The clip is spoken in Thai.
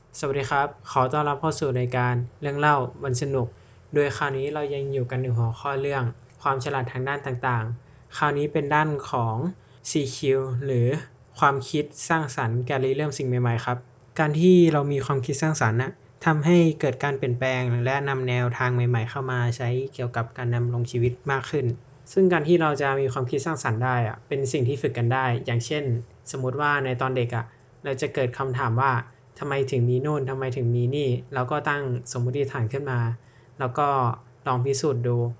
สวัสดีครับขอต้อนรับเข้าสู่รายการเรื่องเล่ามันสนุกโดยคราวนี้เรายังอยู่กันในหัวข้อเรื่องความฉลาดทางด้านต่างๆคราวนี้เป็นด้านของ CQ หรือความคิดสร้างสรรค์การริเริ่มสิ่งใหม่ๆครับการที่เรามีความคิดสร้างสรรค์นะทำให้เกิดการเปลี่ยนแปลงและนำแนวทางใหม่ๆเข้ามาใช้เกี่ยวกับการดำรงชีวิตมากขึ้นซึ่งการที่เราจะมีความคิดสร้างสรรค์ได้เป็นสิ่งที่ฝึกกันได้อย่างเช่นสมมุติว่าในตอนเด็กเราจะเกิดคำถามว่าทำไมถึงมีนู่นทำไมถึงมีนี่แล้วก็ตั้งสมมติฐานขึ้นมาแล้วก็ลองพิสูจน์ดู